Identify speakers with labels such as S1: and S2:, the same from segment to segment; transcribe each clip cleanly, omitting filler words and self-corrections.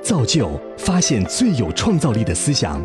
S1: 造就发现最有创造力的思想。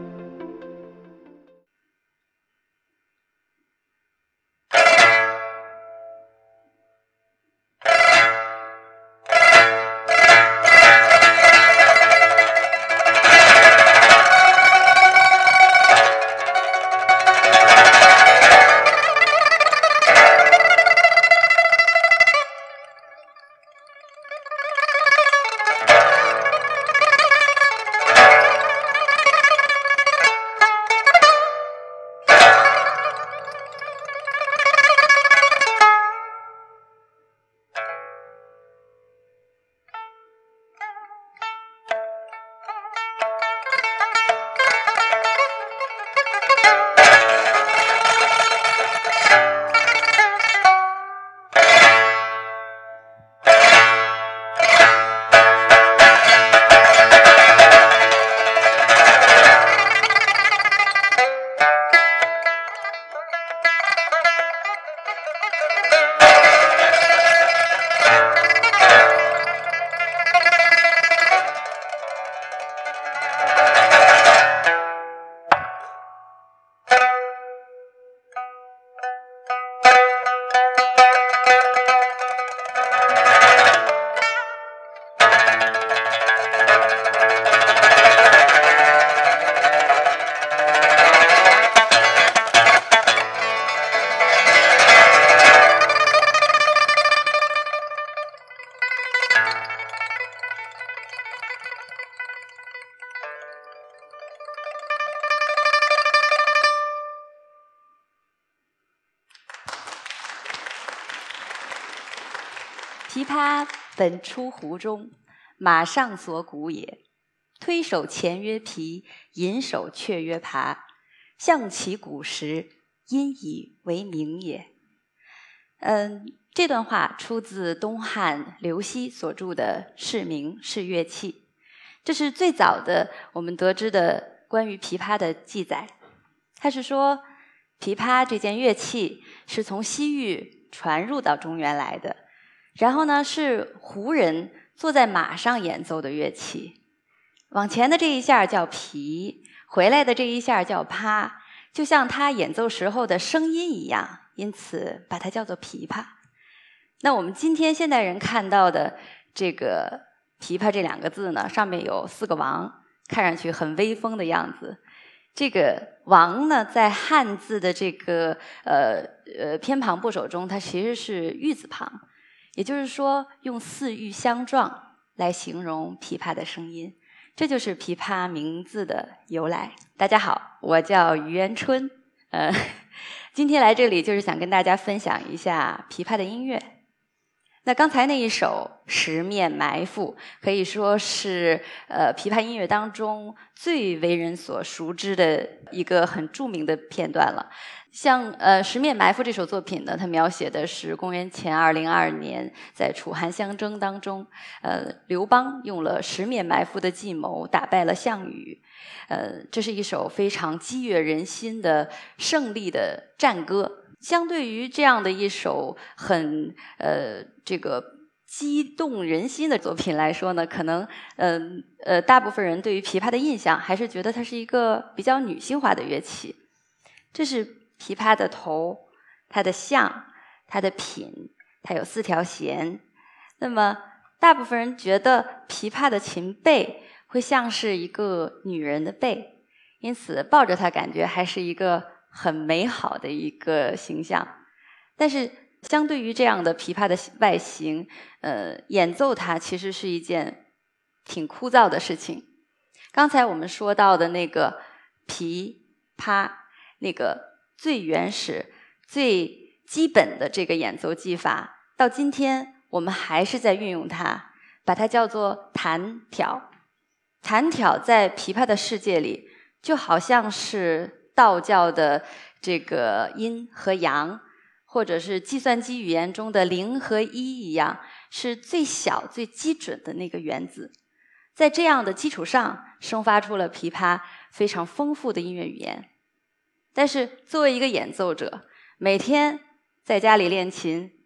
S2: 琵琶本出胡中，马上所鼓也。推手前曰琵，引手却曰琶。象其鼓时，因以为名也。这段话出自东汉刘熙所著的《释名释乐器》，这是最早的我们得知的关于琵琶的记载。他是说，琵琶这件乐器是从西域传入到中原来的，然后呢是胡人坐在马上演奏的乐器。往前的这一下叫琵，回来的这一下叫琶，就像他演奏时候的声音一样，因此把它叫做琵琶。那我们今天现代人看到的这个琵琶这两个字呢，上面有4个王，看上去很威风的样子。这个王呢，在汉字的这个偏旁部首中，它其实是玉字旁，也就是说用4玉相撞来形容琵琶的声音，这就是琵琶名字的由来。大家好，我叫于元春，今天来这里就是想跟大家分享一下琵琶的音乐。那刚才那一首《十面埋伏》可以说是琵琶音乐当中最为人所熟知的一个很著名的片段了。像《十面埋伏》这首作品呢，它描写的是公元前202年在楚汉相争当中，刘邦用了十面埋伏的计谋打败了项羽。这是一首非常激悦人心的胜利的战歌。相对于这样的一首很这个激动人心的作品来说呢，可能大部分人对于琵琶的印象还是觉得它是一个比较女性化的乐器。这是琵琶的头，它的象，它的品，它有4条弦。那么大部分人觉得琵琶的琴背会像是一个女人的背，因此抱着它感觉还是一个很美好的一个形象。但是相对于这样的琵琶的外形，演奏它其实是一件挺枯燥的事情。刚才我们说到的那个琵琶，那个最原始最基本的这个演奏技法，到今天我们还是在运用它，把它叫做弹挑。弹挑在琵琶的世界里就好像是道教的这个阴和阳，或者是计算机语言中的0和1一样，是最小最基准的那个原子。在这样的基础上生发出了琵琶非常丰富的音乐语言。但是作为一个演奏者，每天在家里练琴，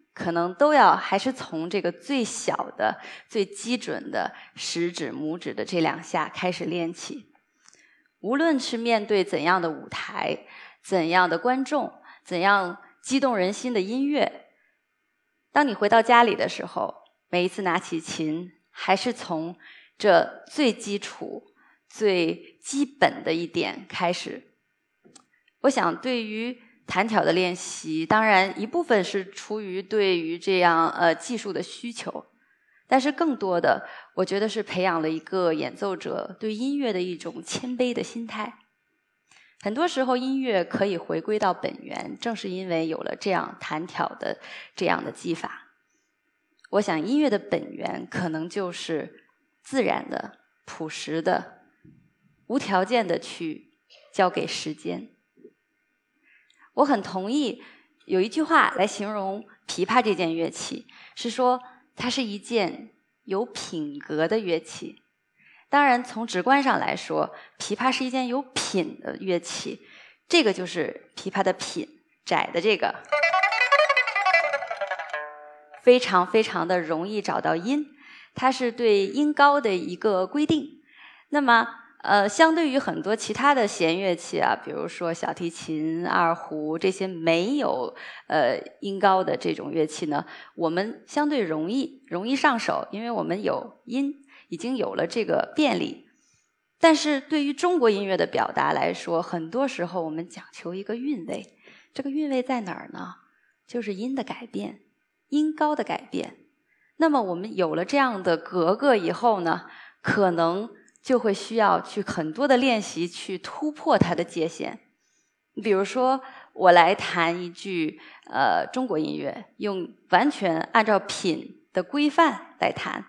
S2: 可能还是从这个最小的、最基准的食指、拇指的这2下开始练起。无论是面对怎样的舞台、怎样的观众、怎样激动人心的音乐，当你回到家里的时候，每一次拿起琴，还是从这最基础、最基本的一点开始。我想对于弹挑的练习，当然一部分是出于对于这样技术的需求，但是更多的我觉得是培养了一个演奏者对音乐的一种谦卑的心态。很多时候音乐可以回归到本源，正是因为有了这样弹挑的这样的技法。我想音乐的本源可能就是自然的、朴实的、无条件的去交给时间。我很同意有一句话来形容琵琶这件乐器，是说它是一件有品格的乐器。当然从直观上来说，琵琶是一件有品的乐器，这个就是琵琶的品，窄的这个非常非常的容易找到音，它是对音高的一个规定。那么相对于很多其他的弦乐器啊，比如说小提琴、二胡这些没有音高的这种乐器呢，我们相对容易上手，因为我们有音，已经有了这个便利。但是对于中国音乐的表达来说，很多时候我们讲求一个韵味，这个韵味在哪儿呢？就是音的改变，音高的改变。那么我们有了这样的格格以后呢，可能就会需要去很多的练习去突破它的界限。比如说我来弹一句中国音乐，用完全按照品的规范来弹。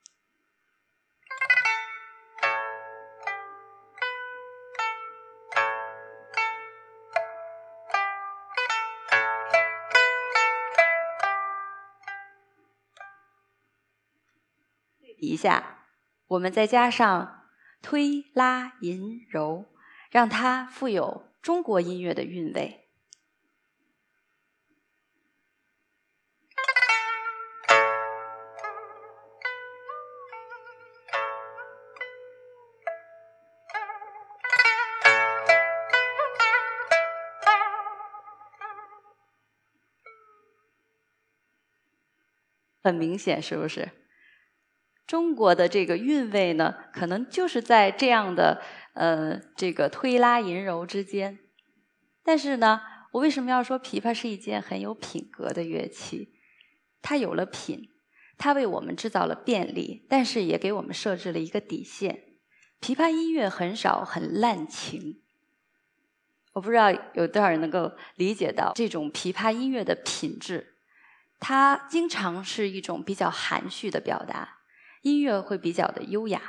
S2: 一下，我们再加上推拉吟揉，让它富有中国音乐的韵味。很明显，是不是？中国的这个韵味呢，可能就是在这样的这个推拉吟揉之间。但是呢，我为什么要说琵琶是一件很有品格的乐器？它有了品，它为我们制造了便利，但是也给我们设置了一个底线。琵琶音乐很少很滥情，我不知道有多少人能够理解到这种琵琶音乐的品质。它经常是一种比较含蓄的表达，音乐会比较的优雅。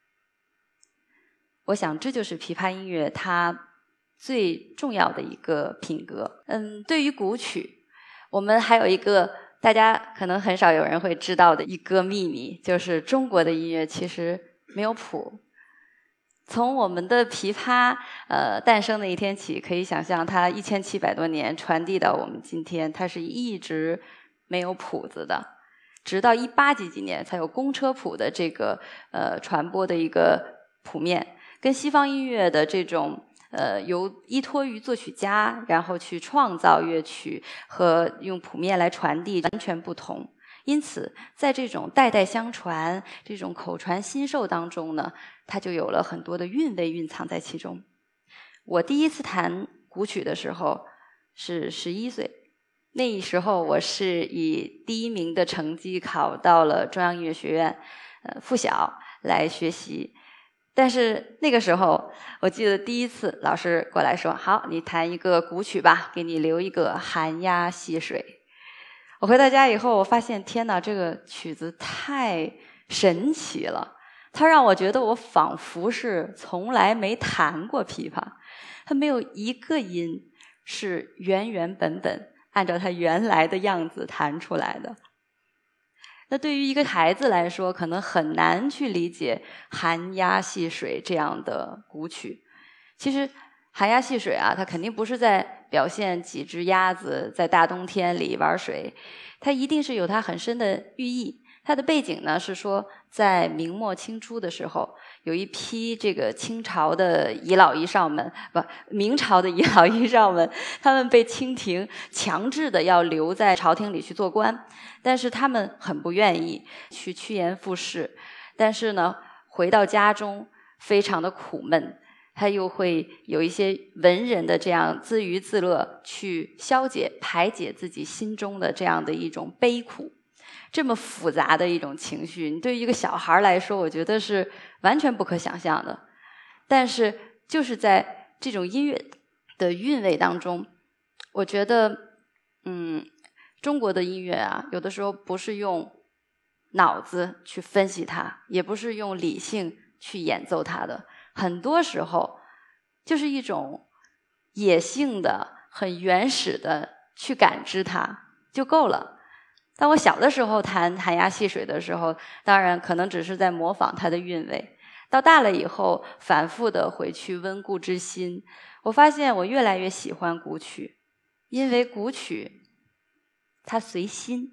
S2: 我想这就是琵琶音乐它最重要的一个品格。对于古曲，我们还有一个大家可能很少有人会知道的一个秘密，就是中国的音乐其实没有谱。从我们的琵琶诞生的一天起，可以想象它1700多年传递到我们今天，它是一直没有谱子的，直到18几年才有公车谱的这个传播的一个谱面，跟西方音乐的这种由依托于作曲家然后去创造乐曲和用谱面来传递完全不同。因此在这种代代相传、这种口传心授当中呢，它就有了很多的韵味蕴藏在其中。我第一次弹古曲的时候是11岁，那时候我是以第1名的成绩考到了中央音乐学院附小来学习。但是那个时候我记得第一次老师过来说，好，你弹一个古曲吧，给你留一个寒鸦戏水。我回到家以后，我发现天哪，这个曲子太神奇了，它让我觉得我仿佛是从来没弹过琵琶，它没有一个音是原原本本按照它原来的样子弹出来的。那对于一个孩子来说，可能很难去理解寒鸦戏水这样的古曲。其实寒鸦戏水啊，它肯定不是在表现几只鸭子在大冬天里玩水，它一定是有它很深的寓意。它的背景呢是说，在明末清初的时候，有一批这个清朝的遗老遗少们，明朝的遗老遗少们，他们被清廷强制的要留在朝廷里去做官，但是他们很不愿意去趋炎附势，但是呢，回到家中非常的苦闷。他又会有一些文人的这样自娱自乐，去消解、排解自己心中的这样的一种悲苦，这么复杂的一种情绪，你对于一个小孩来说，我觉得是完全不可想象的。但是就是在这种音乐的韵味当中，我觉得，中国的音乐啊，有的时候不是用脑子去分析它，也不是用理性去演奏它的。很多时候就是一种野性的、很原始的去感知它就够了。当我小的时候弹寒鸦戏水的时候，当然可能只是在模仿它的韵味。到大了以后，反复的回去温故知新，我发现我越来越喜欢古曲，因为古曲它随心。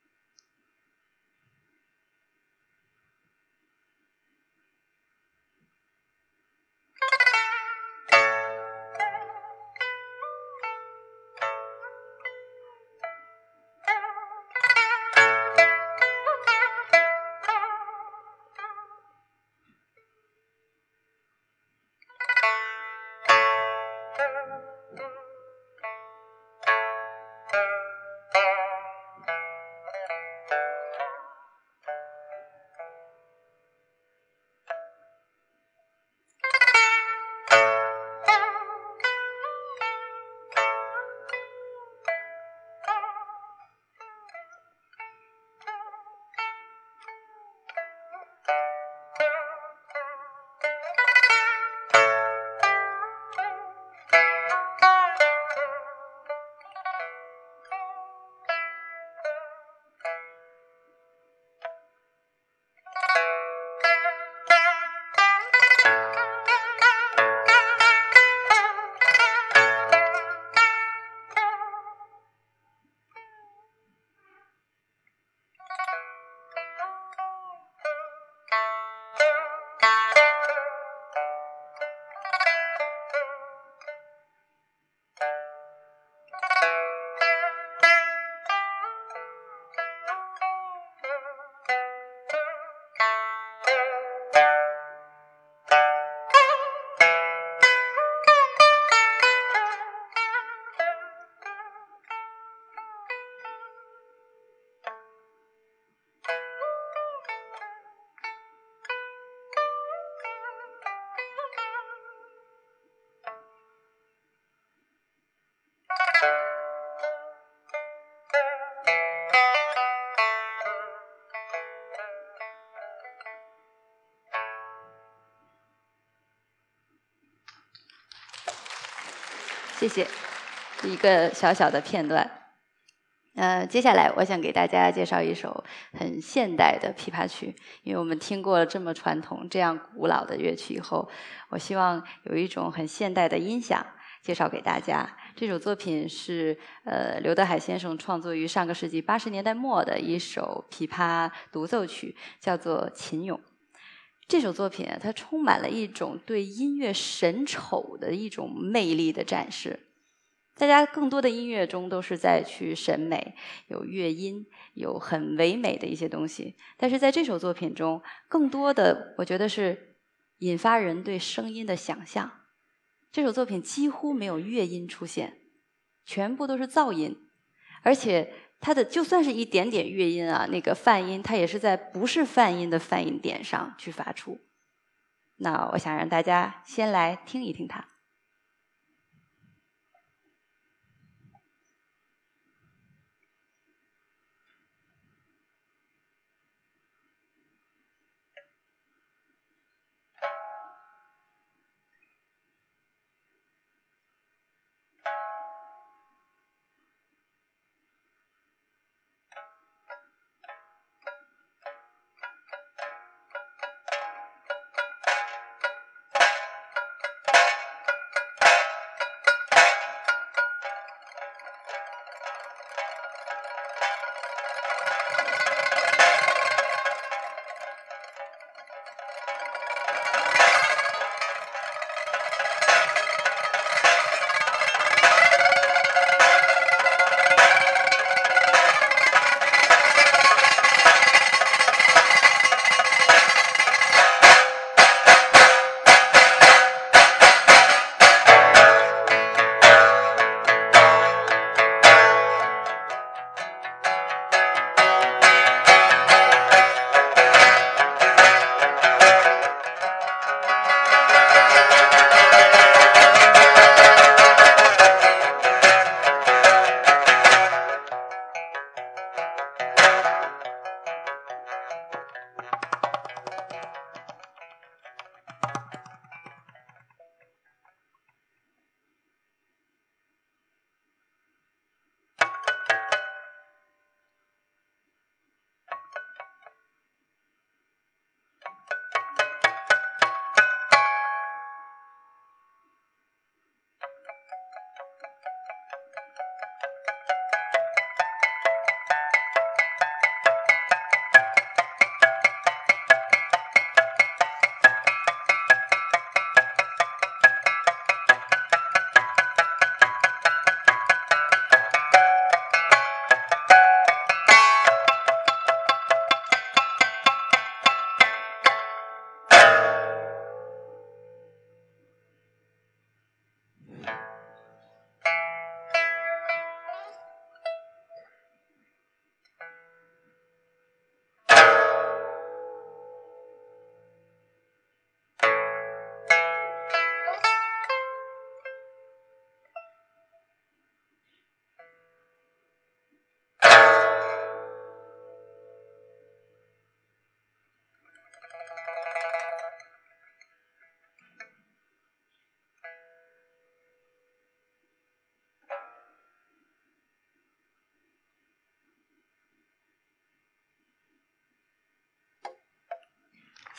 S2: 谢谢，一个小小的片段。接下来我想给大家介绍一首很现代的琵琶曲，因为我们听过了这么传统、这样古老的乐曲以后，我希望有一种很现代的音响介绍给大家。这首作品是刘德海先生创作于上个世纪80年代末的一首琵琶独奏曲，叫做《秦俑》。这首作品它充满了一种对音乐神丑的一种魅力的展示。大家更多的音乐中都是在去审美，有乐音，有很唯美的一些东西。但是在这首作品中，更多的我觉得是引发人对声音的想象。这首作品几乎没有乐音出现，全部都是噪音，而且它的就算是一点点乐音啊，那个泛音，它也是在不是泛音的泛音点上去发出。那我想让大家先来听一听它。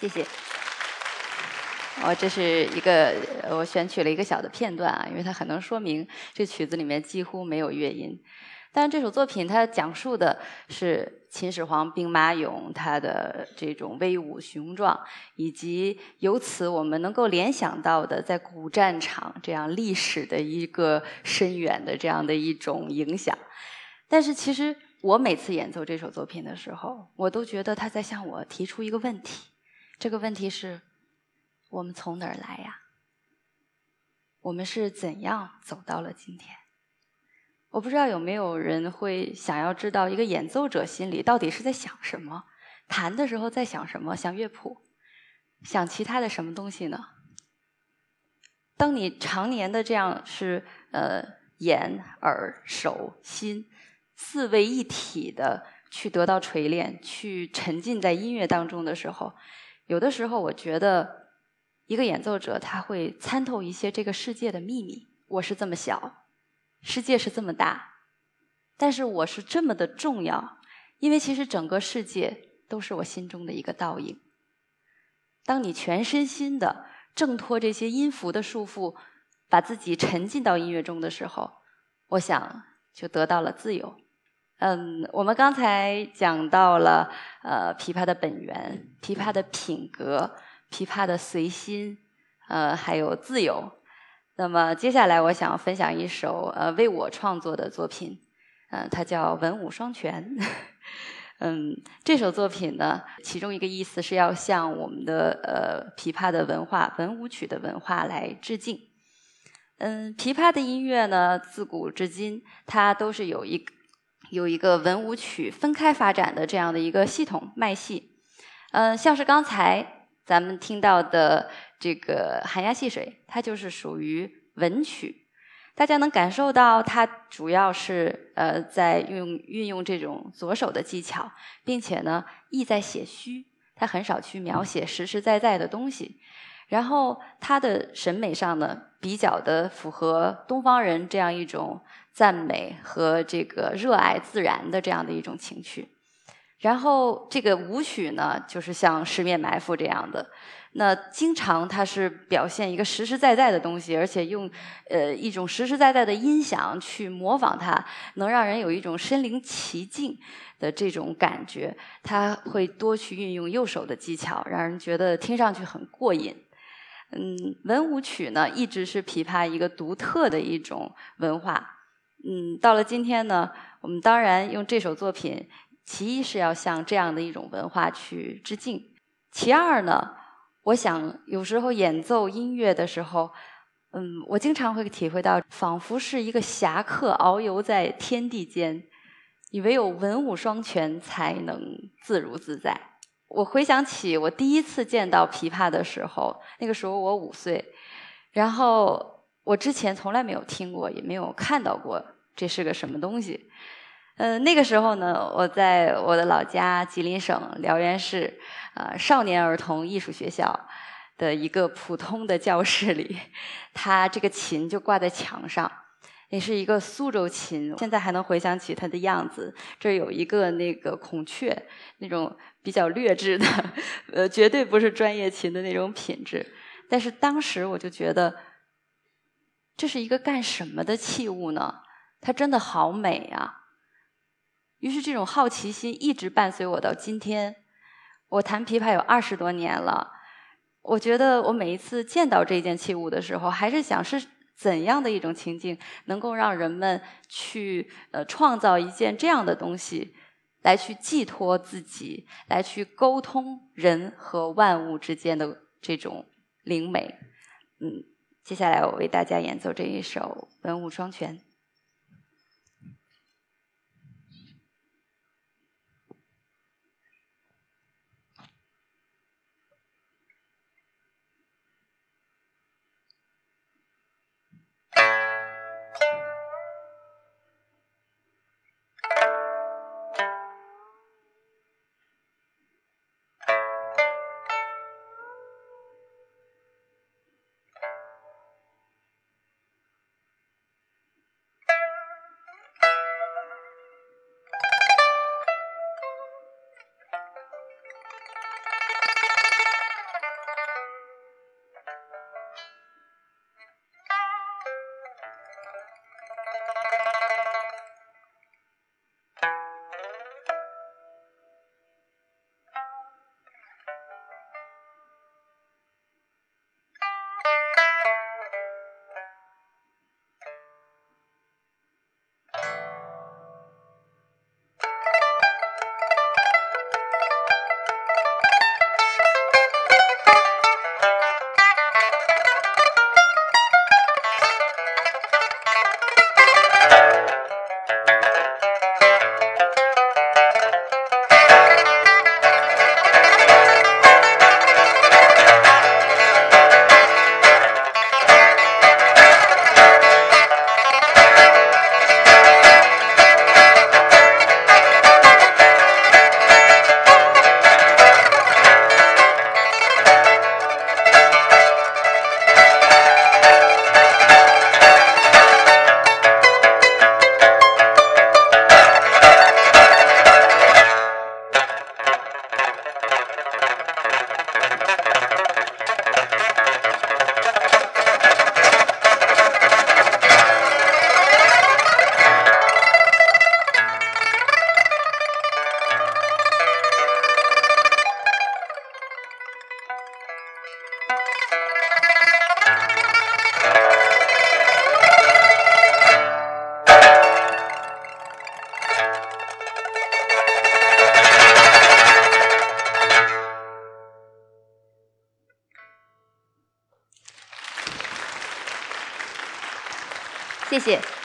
S2: 谢谢。这是一个我选取了一个小的片段啊，因为它很能说明这曲子里面几乎没有乐音。但这首作品它讲述的是秦始皇兵马俑，它的这种威武雄壮，以及由此我们能够联想到的在古战场这样历史的一个深远的这样的一种影响。但是其实我每次演奏这首作品的时候，我都觉得他在向我提出一个问题，这个问题是：我们从哪儿来呀？我们是怎样走到了今天？我不知道有没有人会想要知道一个演奏者心里到底是在想什么，弹的时候在想什么，想乐谱，想其他的什么东西呢？当你常年的这样是眼、耳、手、心四位一体的去得到锤炼，去沉浸在音乐当中的时候，有的时候我觉得一个演奏者他会参透一些这个世界的秘密。我是这么小，世界是这么大，但是我是这么的重要，因为其实整个世界都是我心中的一个倒影。当你全身心的挣脱这些音符的束缚，把自己沉浸到音乐中的时候，我想就得到了自由。我们刚才讲到了琵琶的本源、琵琶的品格、琵琶的随心，还有自由。那么接下来我想分享一首为我创作的作品，它叫《文武双全》。这首作品呢，其中一个意思是要向我们的琵琶的文化、文武曲的文化来致敬。琵琶的音乐呢，自古至今它都是有一个文武曲分开发展的这样的一个系统脉系。像是刚才咱们听到的这个《寒鸦戏水》，它就是属于文曲。大家能感受到它主要是在运用这种左手的技巧，并且呢意在写虚，它很少去描写实实在在的东西。然后它的审美上呢，比较的符合东方人这样一种赞美和这个热爱自然的这样的一种情趣。然后这个舞曲呢，就是像《十面埋伏》这样的，那经常它是表现一个实实在在的东西，而且用一种实实在在的音响去模仿它，能让人有一种身临其境的这种感觉。它会多去运用右手的技巧，让人觉得听上去很过瘾。文武曲呢，一直是琵琶一个独特的一种文化。到了今天呢，我们当然用这首作品，其一是要向这样的一种文化去致敬，其二呢，我想有时候演奏音乐的时候，我经常会体会到，仿佛是一个侠客遨游在天地间，你唯有文武双全才能自如自在。我回想起我第一次见到琵琶的时候，那个时候我5岁，然后我之前从来没有听过，也没有看到过这是个什么东西。那个时候呢，我在我的老家吉林省辽源市少年儿童艺术学校的一个普通的教室里，它这个琴就挂在墙上，那是一个苏州琴，现在还能回想起它的样子。这儿有一个那个孔雀，那种比较劣质的，绝对不是专业琴的那种品质。但是当时我就觉得，这是一个干什么的器物呢？它真的好美啊！于是这种好奇心一直伴随我到今天。我弹琵琶有20多年了，我觉得我每一次见到这件器物的时候，还是想是怎样的一种情境能够让人们去创造一件这样的东西，来去寄托自己，来去沟通人和万物之间的这种灵美。接下来我为大家演奏这一首《文武双全》。 谢谢。